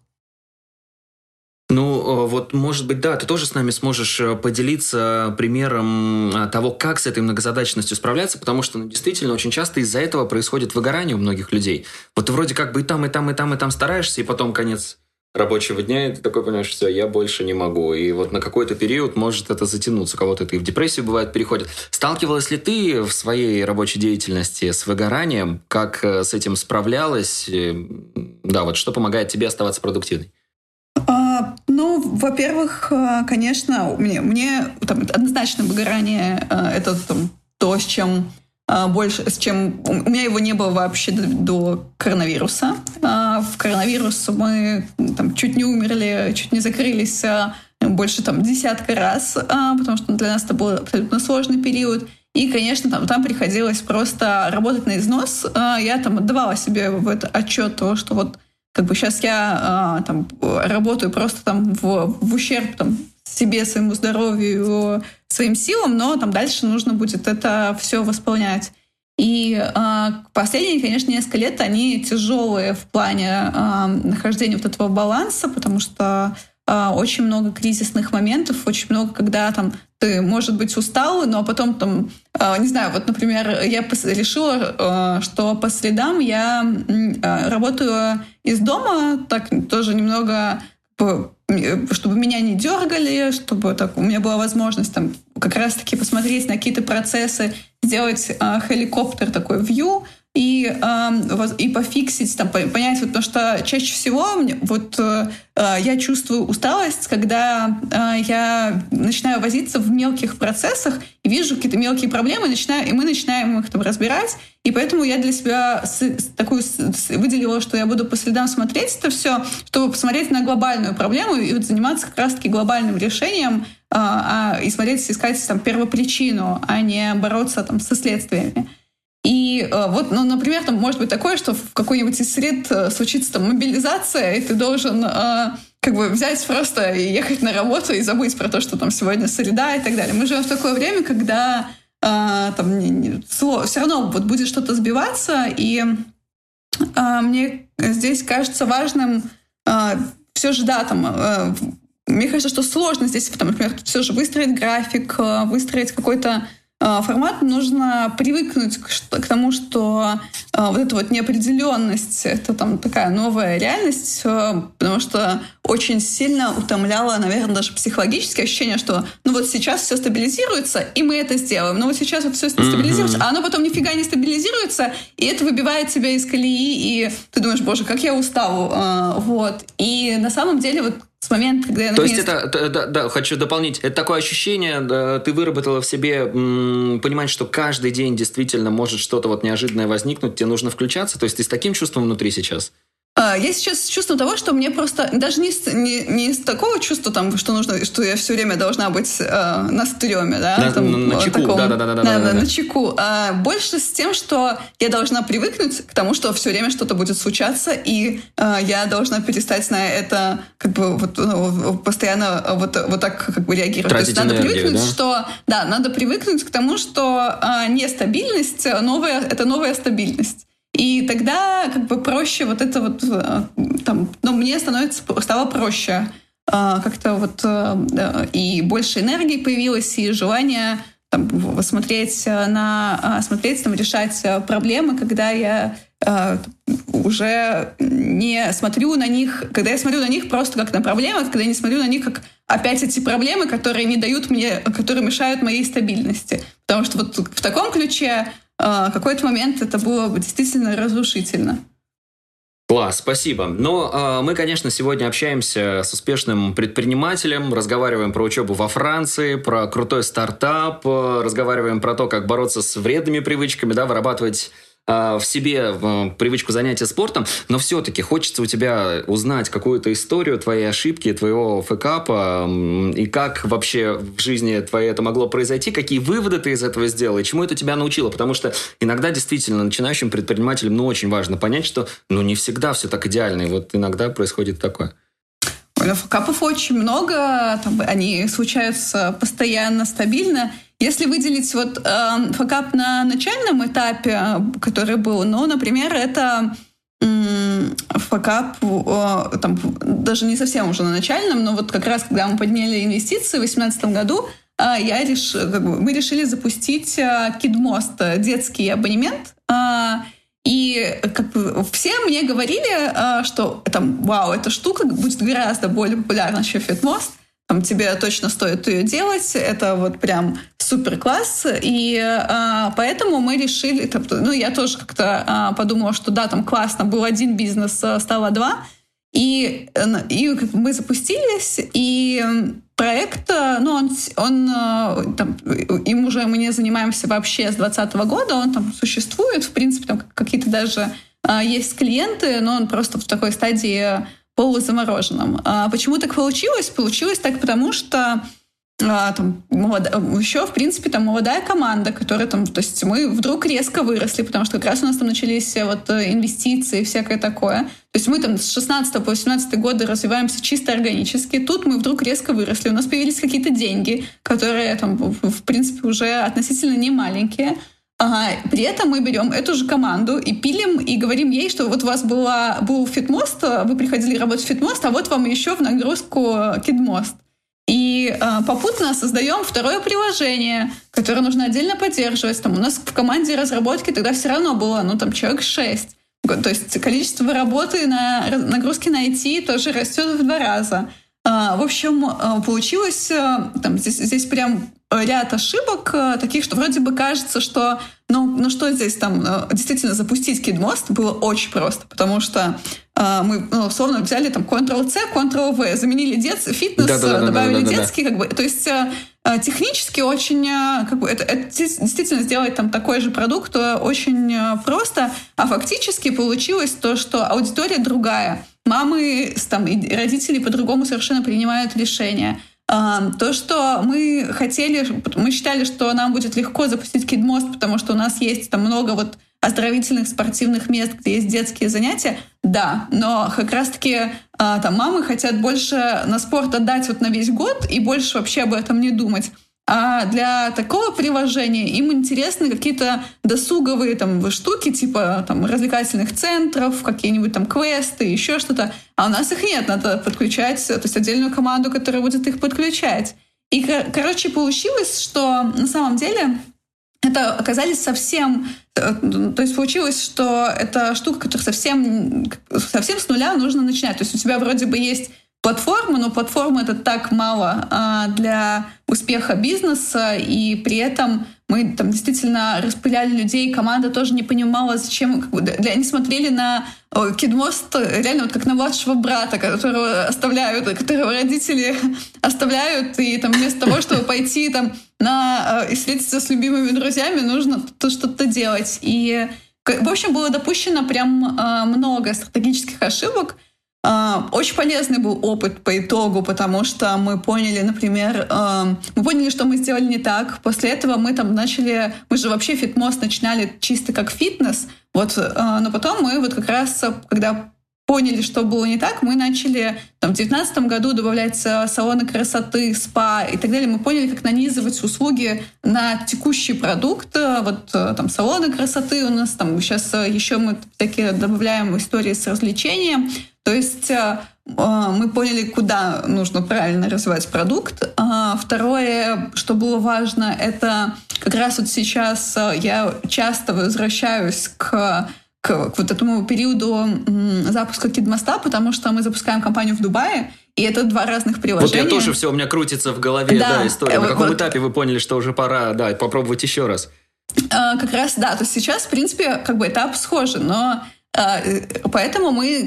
Ну, вот, может быть, да, ты тоже с нами сможешь поделиться примером того, как с этой многозадачностью справляться, потому что, ну, действительно, очень часто из-за этого происходит выгорание у многих людей. Вот ты вроде как бы и там, и там, и там, и там стараешься, и потом конец рабочего дня, и ты такой понимаешь, все, я больше не могу. И вот на какой-то период может это затянуться. У кого-то это и в депрессию бывает переходит. Сталкивалась ли ты в своей рабочей деятельности с выгоранием? Как с этим справлялась? Да, вот что помогает тебе оставаться продуктивной? А, ну, во-первых, конечно, мне, мне там, однозначно выгорание — это там, то, с чем больше, с чем у меня его не было вообще до, до коронавируса. В коронавирус мы там, чуть не умерли, чуть не закрылись больше там, десятка раз, потому что для нас это был абсолютно сложный период. И, конечно, там, там приходилось просто работать на износ. Я там отдавала себе в это отчет того, что вот как бы сейчас я там, работаю просто там, в, в ущерб там, себе, своему здоровью, своим силам, но там дальше нужно будет это все восполнять. И э, последние, конечно, несколько лет, они тяжелые в плане э, нахождения вот этого баланса, потому что э, очень много кризисных моментов, очень много, когда там ты, может быть, устал, но потом там, э, не знаю, вот, например, я решила, э, что по средам я э, работаю из дома, так тоже немного, чтобы меня не дергали, чтобы так, у меня была возможность там как раз-таки посмотреть на какие-то процессы, сделать э, хеликоптер такой view и, э, и пофиксить, там, понять, вот, потому что чаще всего мне, вот, э, я чувствую усталость, когда э, я начинаю возиться в мелких процессах и вижу какие-то мелкие проблемы, и, начинаю, и мы начинаем их там разбирать. И поэтому я для себя с, с, такую с, выделила, что я буду по следам смотреть это все, чтобы посмотреть на глобальную проблему и вот заниматься как раз-таки глобальным решением а, а, и смотреть, искать там первопричину, а не бороться там со следствиями. И а, вот, ну, например, там может быть такое, что в какой-нибудь из сред случится там мобилизация, и ты должен а, как бы взять просто и ехать на работу и забыть про то, что там сегодня среда и так далее. Мы живем в такое время, когда а, там не, не, все равно вот будет что-то сбиваться, и а, мне здесь кажется важным а, все же, да, там а, мне кажется, что сложно здесь, там, например, все же выстроить график, выстроить какой-то формат, нужно привыкнуть к, к тому, что э, вот эта вот неопределенность — это там такая новая реальность, э, потому что очень сильно утомляло, наверное, даже психологическое ощущение, что ну вот сейчас все стабилизируется, и мы это сделаем. Но вот сейчас вот все стабилизируется, mm-hmm. а оно потом нифига не стабилизируется, и это выбивает тебя из колеи, и ты думаешь, боже, как я устал. Э, вот. И на самом деле вот с момента, когда я То наконец... есть это, да, да, хочу дополнить, это такое ощущение, да, ты выработала в себе м, понимать, что каждый день действительно может что-то вот неожиданное возникнуть, тебе нужно включаться, то есть ты с таким чувством внутри сейчас? Я сейчас с чувством того, что мне просто даже не с, не, не с такого чувства, там, что нужно, что я все время должна быть э, на стреме, да, на, там, на чеку, таком, да, да, да, да, да, да, да, на да. чеку, а больше с тем, что я должна привыкнуть к тому, что все время что-то будет случаться, и э, я должна перестать на это как бы вот, ну, постоянно вот, вот так как бы реагировать. Тратить То есть надо энергию, привыкнуть, да? что да, надо привыкнуть к тому, что э, нестабильность новая, это новая стабильность. И тогда как бы проще вот это вот там, ну, мне становится, стало проще как-то вот и больше энергии появилось, и желание там, смотреть на смотреть, там, решать проблемы, когда я уже не смотрю на них, когда я смотрю на них просто как на проблемы, когда я не смотрю на них как опять эти проблемы, которые не дают мне, которые мешают моей стабильности. Потому что вот в таком ключе в какой-то момент это было действительно разрушительно. Класс, спасибо. Но э, мы, конечно, сегодня общаемся с успешным предпринимателем, разговариваем про учебу во Франции, про крутой стартап, э, разговариваем про то, как бороться с вредными привычками, да, вырабатывать э, в себе э, привычку занятия спортом. Но все-таки хочется у тебя узнать какую-то историю твоей ошибки, твоего фэкапа, э, и как вообще в жизни твоей это могло произойти, какие выводы ты из этого сделал, и чему это тебя научило. Потому что иногда действительно начинающим предпринимателям ну, очень важно понять, что ну, не всегда все так идеально, и вот иногда происходит такое. Фэкапов очень много, там, они случаются постоянно, стабильно. Если выделить вот э, фэкап на начальном этапе, который был, ну, например, это э, фэкап, э, там, даже не совсем уже на начальном, но вот как раз, когда мы подняли инвестиции в две тысячи восемнадцатом году, э, я реш... как бы, мы решили запустить э, KidMost, детский абонемент. Э, И как бы все мне говорили, что там, вау, эта штука будет гораздо более популярна, чем FitMost. Там тебе точно стоит ее делать. Это вот прям супер класс. И а, поэтому мы решили, там, ну я тоже как-то а, подумала, что да, там классно, был один бизнес, стало два. И, и как бы мы запустились, и проект, ну, он, он там, им уже мы не занимаемся вообще с двадцатого года, он там существует, в принципе, там какие-то даже а, есть клиенты, но он просто в такой стадии полузамороженном. А почему так получилось? Получилось так, потому что а, там, молода, еще, в принципе, там молодая команда, которая там, то есть мы вдруг резко выросли, потому что как раз у нас там начались вот инвестиции и всякое такое. То есть мы там с шестнадцатого по восемнадцатый годы развиваемся чисто органически. Тут мы вдруг резко выросли. У нас появились какие-то деньги, которые там, в принципе, уже относительно не маленькие. Ага. При этом мы берем эту же команду и пилим, и говорим ей, что вот у вас была, был FitMost, вы приходили работать в FitMost, а вот вам еще в нагрузку KidMost. И э, попутно создаем второе приложение, которое нужно отдельно поддерживать. Там у нас в команде разработки тогда все равно было, ну, там, человек шесть. То есть количество работы на нагрузки на ай ти тоже растет в два раза. Э, в общем, э, получилось э, там, здесь, здесь прям ряд ошибок э, таких, что вроде бы кажется, что ну, ну что здесь там э, действительно запустить KidMost было очень просто, потому что э, мы ну, условно взяли там контрол-C, контрол-V, заменили дет... фитнес, да, да, да, добавили да, да, да, детский, да. Как бы, то есть э, технически очень э, как бы это, это действительно сделать там такой же продукт очень э, просто, а фактически получилось то, что аудитория другая, мамы там, и родители по-другому совершенно принимают решения. То, что мы хотели, мы считали, что нам будет легко запустить KidMost, потому что у нас есть там много вот оздоровительных спортивных мест, где есть детские занятия, да, но как раз-таки там мамы хотят больше на спорт отдать вот на весь год и больше вообще об этом не думать. А для такого приложения им интересны какие-то досуговые там штуки, типа там развлекательных центров, какие-нибудь там квесты, еще что-то. А у нас их нет, надо подключать, то есть отдельную команду, которая будет их подключать. И, короче, получилось, что на самом деле это оказались совсем... То есть получилось, что это штука, которую совсем, совсем с нуля нужно начинать. То есть у тебя вроде бы есть платформа, но платформа — это так мало а, для успеха бизнеса, и при этом мы там действительно распыляли людей, команда тоже не понимала, зачем... Как бы, да, они смотрели на Кидмост реально вот как на младшего брата, которого оставляют, которого родители оставляют, и там вместо того, чтобы пойти там на и встретиться с любимыми друзьями, нужно тут что-то делать. И, в общем, было допущено прям много стратегических ошибок. Очень полезный был опыт по итогу, потому что мы поняли, например, мы поняли, что мы сделали не так. После этого мы там начали... Мы же вообще Фитмост начинали чисто как фитнес, вот, но потом мы вот как раз, когда поняли, что было не так, мы начали там, в две тысячи девятнадцатом году добавлять салоны красоты, спа и так далее. Мы поняли, как нанизывать услуги на текущий продукт. Вот там салоны красоты у нас, там сейчас еще мы всякие добавляем истории с развлечением. То есть мы поняли, куда нужно правильно развивать продукт. Второе, что было важно, это как раз вот сейчас я часто возвращаюсь к к вот этому периоду запуска Кидмоста, потому что мы запускаем компанию в Дубае, и это два разных приложения. Вот я тоже все, у меня крутится в голове да, да, история. На каком вот, этапе вы поняли, что уже пора да, попробовать еще раз? Как раз, да. То есть сейчас, в принципе, как бы этап схожий, но поэтому мы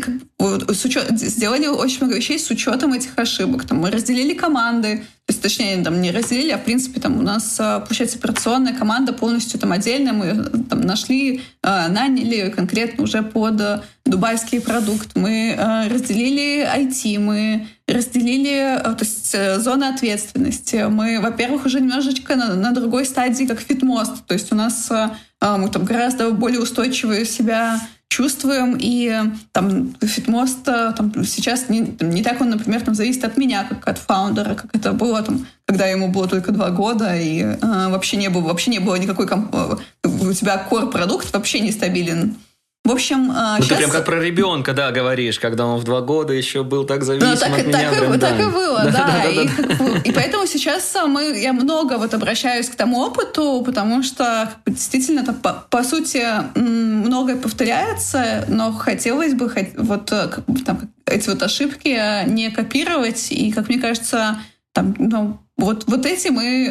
с учет, сделали очень много вещей с учетом этих ошибок. Там мы разделили команды, то есть, точнее, там, не разделили, а в принципе там у нас, получается, операционная команда полностью там отдельная. Мы там нашли, наняли конкретно уже под дубайский продукт. Мы разделили ай ти, мы разделили, то есть, зоны ответственности. Мы, во-первых, уже немножечко на, на другой стадии, как Фитмост. То есть у нас мы там гораздо более устойчивые себя чувствуем, и там Фитмост там, сейчас не, там, не так он, например, там, зависит от меня, как от фаундера, как это было, там, когда ему было только два года, и э, вообще, не было, вообще не было никакой... Комп... У тебя кор-продукт вообще нестабилен. В общем, ну, сейчас... Ты прям как про ребенка, да, говоришь, когда он в два года еще был так зависим ну, так, от меня. Так, прям, и, да. так и было, да. да, да, и, да. И поэтому сейчас мы, я много вот обращаюсь к тому опыту, потому что действительно, там, по, по сути, многое повторяется, но хотелось бы вот там, эти вот ошибки не копировать, и, как мне кажется, там, ну, вот, вот эти мы,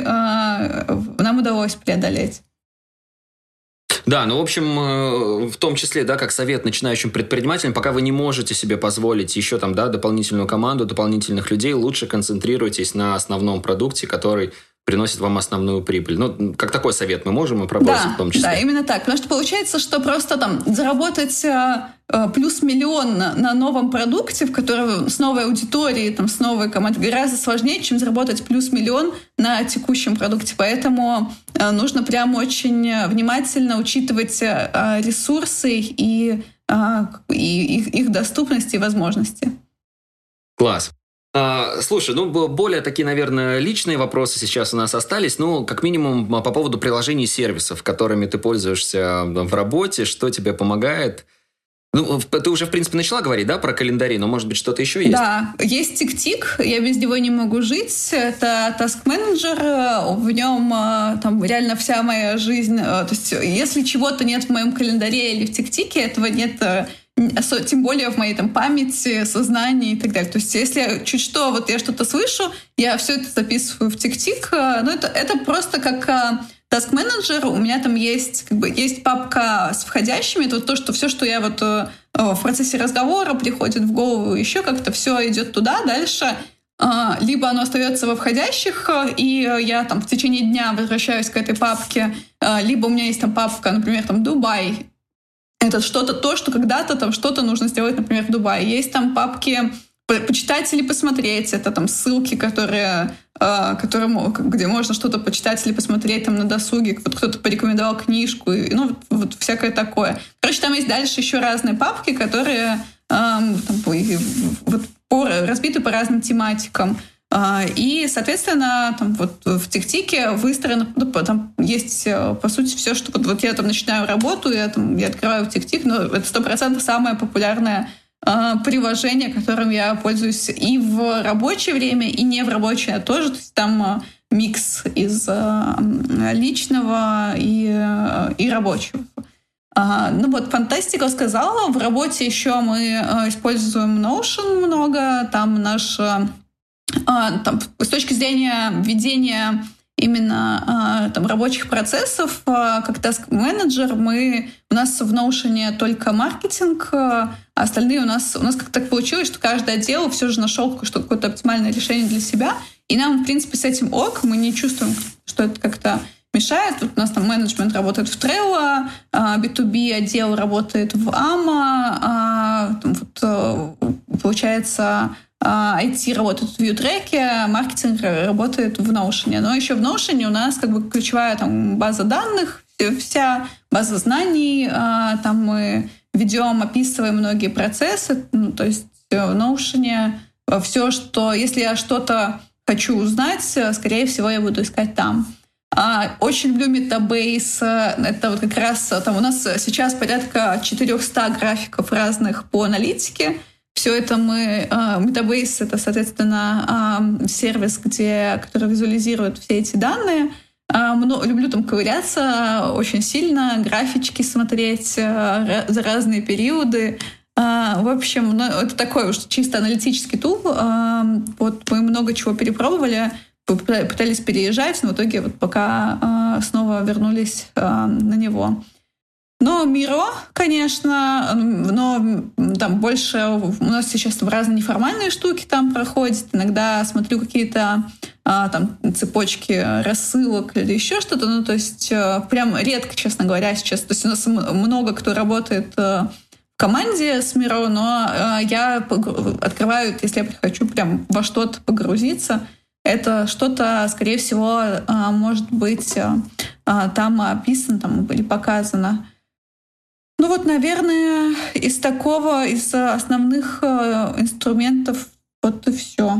нам удалось преодолеть. Да, ну, в общем, в том числе, да, как совет начинающим предпринимателям, пока вы не можете себе позволить еще там, да, дополнительную команду, дополнительных людей, лучше концентрируйтесь на основном продукте, который приносит вам основную прибыль. Ну, как такой совет мы можем и пробросить да, в том числе. Да, именно так. Потому что получается, что просто там заработать э, плюс миллион на, на новом продукте, в котором с новой аудиторией, там, с новой командой, гораздо сложнее, чем заработать плюс миллион на текущем продукте. Поэтому э, нужно прям очень внимательно учитывать э, ресурсы и, э, и их, их доступность и возможности. Класс. Слушай, ну, более такие, наверное, личные вопросы сейчас у нас остались. Ну, как минимум, по поводу приложений и сервисов, которыми ты пользуешься в работе, что тебе помогает. Ну, ты уже, в принципе, начала говорить, да, про календари, но, может быть, что-то еще есть? Да, есть Тик-Тик, я без него не могу жить. Это таск-менеджер, в нем там реально вся моя жизнь. То есть, если чего-то нет в моем календаре или в Тик-Тике, этого нет... Тем более в моей там памяти, сознании и так далее. То есть если чуть что, вот я что-то слышу, я все это записываю в Тик-Тик. Ну, это, это просто как таск-менеджер. У меня там есть, как бы, есть папка с входящими. Это вот то, что все, что я вот в процессе разговора приходит в голову, еще как-то все идет туда. Дальше либо оно остается во входящих, и я там в течение дня возвращаюсь к этой папке, либо у меня есть там папка, например, там Дубай. Это что-то, то, что когда-то там что-то нужно сделать, например, в Дубае. Есть там папки почитать или посмотреть. Это там ссылки, которые, э, которые, где можно что-то почитать или посмотреть там на досуге. Вот кто-то порекомендовал книжку. И, ну, вот, вот всякое такое. Короче, там есть дальше еще разные папки, которые э, там, вот, по, разбиты по разным тематикам. И, соответственно, там вот в Тик-Тике выстроено, там есть, по сути, все, что... Вот, вот я там начинаю работу, я, там, я открываю Тик-Тик, но это сто процентов самое популярное э, приложение, которым я пользуюсь и в рабочее время, и не в рабочее тоже. То есть там э, микс из э, личного и, э, и рабочего. Uh, ну вот, фантастика сказала. В работе еще мы э, используем Notion много. Там наш... Там, с точки зрения ведения именно там, рабочих процессов. Как таск-менеджер мы, у нас в Notion только маркетинг, а остальные у нас, у нас как-то так получилось, что каждый отдел все же нашел какое-то оптимальное решение для себя. И нам, в принципе, с этим ок, мы не чувствуем, что это как-то мешает. Вот у нас там менеджмент работает в Trello, би ту би отдел работает в Ама, вот, получается, ай ти работает в ViewTrack, маркетинг работает в Notion. Но еще в Notion у нас как бы ключевая там, база данных, вся база знаний. Там мы ведем, описываем многие процессы. Ну, то есть в Notion все, что... Если я что-то хочу узнать, скорее всего, я буду искать там. Очень люблю Metabase. Это вот как раз там у нас сейчас порядка четыреста графиков разных по аналитике. Все это мы... Metabase — это, соответственно, сервис, где, который визуализирует все эти данные. Люблю там ковыряться очень сильно, графички смотреть за разные периоды. В общем, ну, это такой уж чисто аналитический тул. Вот мы много чего перепробовали, пытались переезжать, но в итоге вот пока снова вернулись на него. Но Миро, конечно, но там больше у нас сейчас там разные неформальные штуки там проходят. Иногда смотрю какие-то там цепочки рассылок или еще что-то. Ну, то есть прям редко, честно говоря, сейчас. То есть у нас много кто работает в команде с Миро, но я открываю, если я хочу прям во что-то погрузиться, это что-то, скорее всего, может быть там описано там, или показано. Ну вот, наверное, из такого, из основных инструментов вот и все.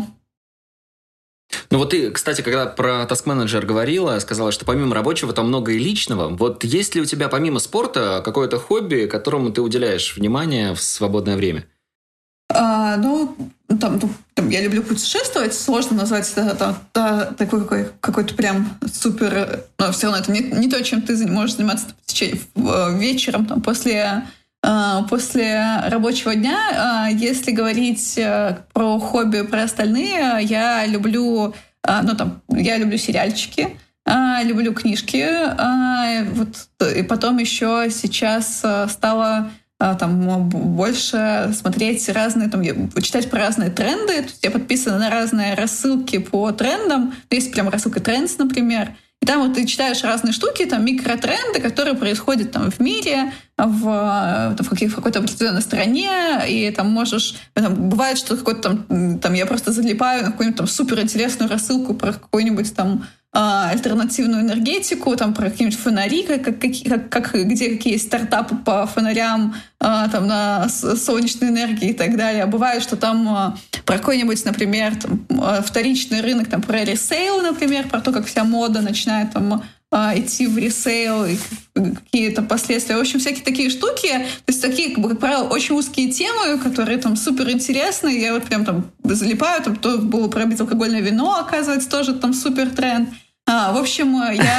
Ну вот ты, кстати, когда про Task Manager говорила, сказала, что помимо рабочего там много и личного. Вот есть ли у тебя помимо спорта какое-то хобби, которому ты уделяешь внимание в свободное время? А, ну, там, там я люблю путешествовать. Сложно назвать это там, да, такой какой, какой-то прям супер... Но все равно это не, не то, чем ты можешь заниматься вечером, там, после... После рабочего дня, если говорить про хобби, про остальные, я люблю, ну, там, я люблю сериальчики, люблю книжки, вот, и потом еще сейчас стала там больше смотреть разные, там, читать про разные тренды. То есть я подписана на разные рассылки по трендам. Есть прям рассылка Trends, например. И там вот ты читаешь разные штуки, там микротренды, которые происходят там в мире, в, в, каких, в какой-то определенной стране, и там можешь... Там, бывает, что какой-то там, там я просто залипаю на какую-нибудь там суперинтересную рассылку про какую-нибудь там альтернативную энергетику, там про какие-нибудь фонари, как, как, как, где какие есть стартапы по фонарям, там, на солнечной энергии и так далее. А бывает, что там про какой-нибудь, например, там, вторичный рынок, там, про ресейл, например, про то, как вся мода начинает там, идти в ресейл, и какие-то последствия. В общем, всякие такие штуки. То есть такие, как правило, очень узкие темы, которые там суперинтересны. Я вот прям там залипаю. Там то было про безалкогольное вино, оказывается, тоже там супер тренд. А, в общем,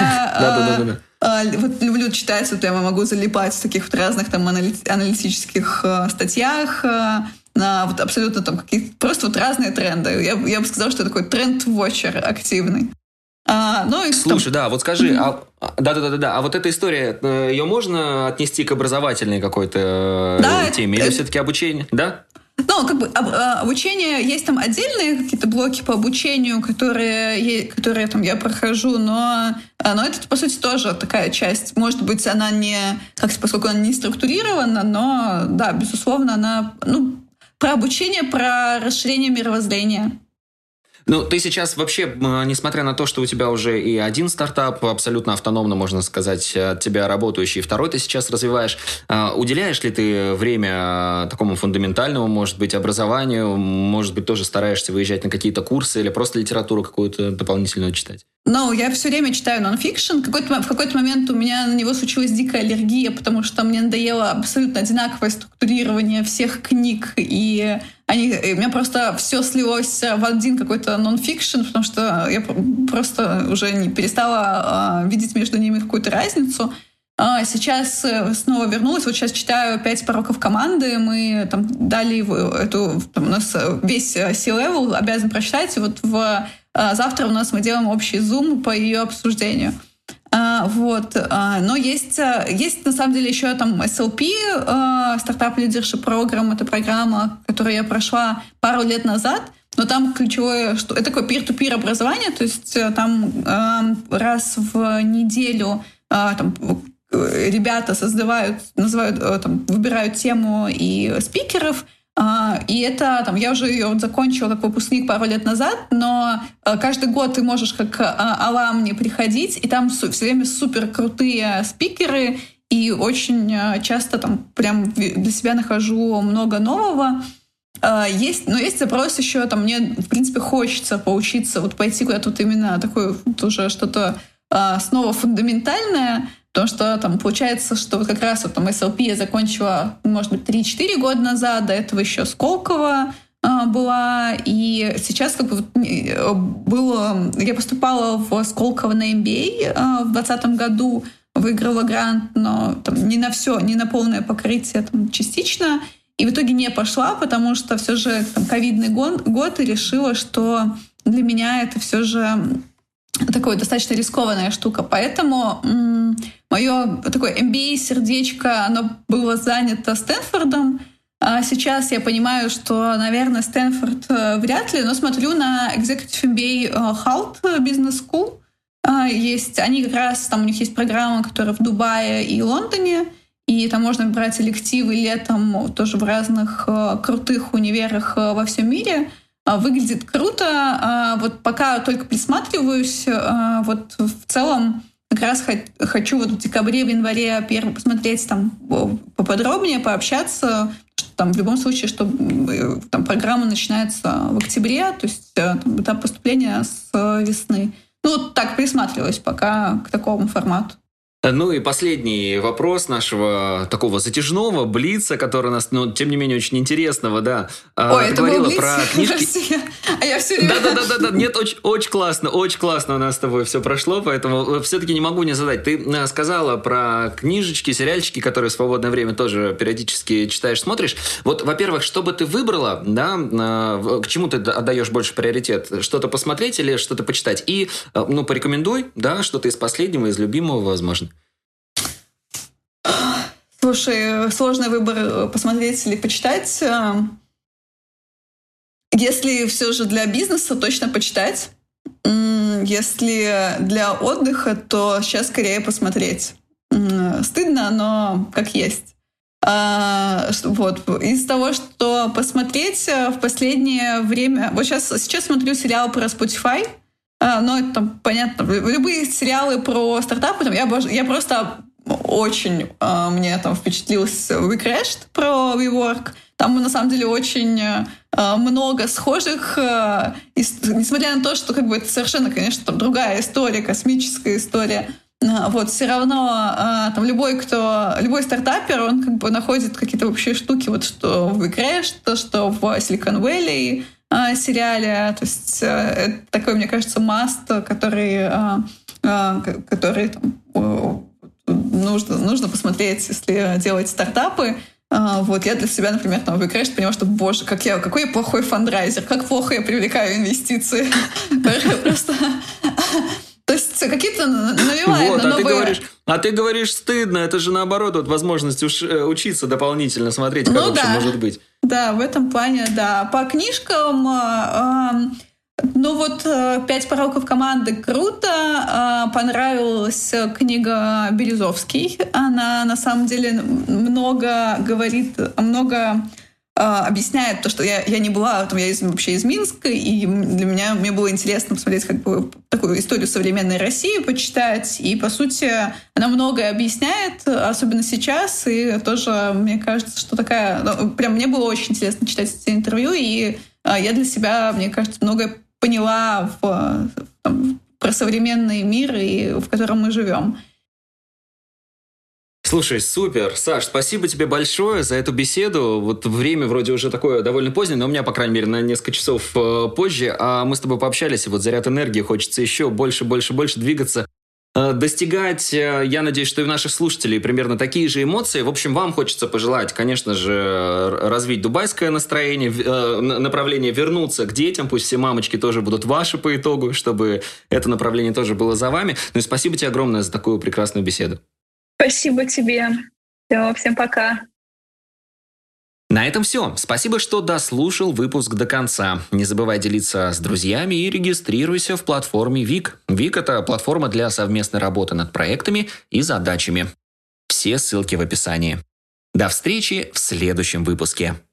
я вот люблю читать, вот я могу залипать в таких вот разных там аналитических статьях, на вот абсолютно там какие-то просто вот разные тренды. Я, я бы сказала, что я такой тренд-вотчер активный. А, ну, и Слушай, там... да, вот скажи, mm-hmm. а, да, да, да, да, а вот эта история, ее можно отнести к образовательной какой-то да, теме, это... или все-таки обучение, да? Ну, как бы обучение, есть там отдельные какие-то блоки по обучению, которые, которые там я прохожу, но, но это, по сути, тоже такая часть. Может быть, она не, как поскольку она не структурирована, но, да, безусловно, она, ну, про обучение, про расширение мировоззрения. Ну, ты сейчас вообще, несмотря на то, что у тебя уже и один стартап абсолютно автономно, можно сказать, от тебя работающий, и второй ты сейчас развиваешь, уделяешь ли ты время такому фундаментальному, может быть, образованию, может быть, тоже стараешься выезжать на какие-то курсы или просто литературу какую-то дополнительную читать? Ну, я все время читаю нон-фикшн. Какой-то, в какой-то момент у меня на него случилась дикая аллергия, потому что мне надоело абсолютно одинаковое структурирование всех книг, и они, и у меня просто все слилось в один какой-то нон-фикшн, потому что я просто уже не перестала а, видеть между ними какую-то разницу. А сейчас снова вернулась. Вот сейчас читаю «Пять пороков команды». Мы там дали эту... Там, у нас весь C-level обязан прочитать. И вот в завтра у нас мы делаем общий зум по ее обсуждению. Uh, вот. Uh, но есть, uh, есть на самом деле еще там эс эл пи, uh, Startup Leadership Program, это программа, которую я прошла пару лет назад, но там ключевое, что это такое peer-to-peer образование, то есть uh, там uh, раз в неделю uh, там, ребята создавают, называют, uh, там, выбирают тему и спикеров. Uh, и это, там, я уже ее вот закончила как выпускник пару лет назад, но uh, каждый год ты можешь как uh, аламни приходить, и там все время супер крутые спикеры, и очень uh, часто там прям для себя нахожу много нового. Uh, есть, но есть запрос еще, там, мне, в принципе, хочется поучиться, вот пойти куда-то вот именно такое вот уже что-то uh, снова фундаментальное. Потому что там получается, что вот как раз вот там эс эл пи я закончила, может быть, три-четыре года назад, до этого еще Сколково а, была, и сейчас как бы было... Я поступала в Сколково на эм би эй а, в двадцатом году, выиграла грант, но там не на все, не на полное покрытие, там, частично, и в итоге не пошла, потому что все же там ковидный год, год и решила, что для меня это все же... такая достаточно рискованная штука. Поэтому м- мое такое эм би эй-сердечко, оно было занято Стэнфордом. А сейчас я понимаю, что, наверное, Стэнфорд э, вряд ли, но смотрю на Executive эм би эй э, Halt Business School. Э, есть, они как раз, там у них есть программа, которая в Дубае и Лондоне, и там можно брать элективы летом тоже в разных э, крутых универах э, во всем мире. Выглядит круто. Вот пока только присматриваюсь, вот в целом как раз хочу вот в декабре, в январе первый посмотреть там поподробнее, пообщаться, что там в любом случае, что там программа начинается в октябре, то есть там, этап поступления с весны. Ну вот так присматриваюсь пока к такому формату. Ну и последний вопрос нашего такого затяжного блица, который у нас, ну, тем не менее, очень интересного, да. Ой, Ты это говорила был блиц? про книжки. А я все время... Да-да-да, нет, очень, очень классно, очень классно у нас с тобой все прошло, поэтому все-таки не могу не задать. Ты сказала про книжечки, сериальчики, которые в свободное время тоже периодически читаешь, смотришь. Вот, во-первых, что бы ты выбрала, да, к чему ты отдаешь больше приоритет? Что-то посмотреть или что-то почитать? И, ну, порекомендуй, да, что-то из последнего, из любимого, возможно. Слушай, сложный выбор посмотреть или почитать. Если все же для бизнеса, точно почитать. Если для отдыха, то сейчас скорее посмотреть. Стыдно, но как есть. Вот. Из того, что посмотреть в последнее время... Вот сейчас, сейчас смотрю сериал про Spotify. Но это там, понятно. Любые сериалы про стартапы, там, я, я просто... Очень э, мне там впечатлился We Crashed про WeWork. Там на самом деле очень э, много схожих, э, и, несмотря на то, что как бы это совершенно, конечно, там другая история, космическая история. Э, вот все равно э, там любой кто, любой стартапер, он как бы находит какие-то общие штуки, вот что в We Crashed, то, что в Silicon Valley э, сериале. То есть э, это такой, мне кажется, маст, который, э, э, который там, э, Нужно, нужно посмотреть, если делать стартапы. Вот я для себя, например, там в WeCrashed поняла, что, боже, как я, какой я плохой фандрайзер, как плохо я привлекаю инвестиции. Просто... То есть какие-то навевает вот, на а новые... Ты говоришь, а ты говоришь, стыдно, это же наоборот вот возможность уж, учиться дополнительно, смотреть, как ну, вообще да. может быть. Да, в этом плане, да. По книжкам... Э, Ну вот «Пять пороков команды» круто. Понравилась книга Березовский. Она на самом деле много говорит, много объясняет то, что я, я не была, там, я из, вообще из Минска, и для меня мне было интересно посмотреть как бы такую историю современной России, почитать. И, по сути, она многое объясняет, особенно сейчас. И тоже, мне кажется, что такая... Ну, прям мне было очень интересно читать эти интервью, и я для себя, мне кажется, многое поняла в, там, про современный мир, и, в котором мы живем. Слушай, супер. Саш, спасибо тебе большое за эту беседу. Вот время вроде уже такое довольно позднее, но у меня, по крайней мере, на несколько часов позже. А мы с тобой пообщались, и вот заряд энергии, хочется еще больше, больше, больше двигаться. достигать, я надеюсь, что и у наших слушателей примерно такие же эмоции. В общем, вам хочется пожелать, конечно же, развить дубайское настроение, направление вернуться к детям. Пусть все мамочки тоже будут ваши по итогу, чтобы это направление тоже было за вами. Ну и спасибо тебе огромное за такую прекрасную беседу. Спасибо тебе. Все, всем пока. На этом все. Спасибо, что дослушал выпуск до конца. Не забывай делиться с друзьями и регистрируйся в платформе Вик. Вик – это платформа для совместной работы над проектами и задачами. Все ссылки в описании. До встречи в следующем выпуске.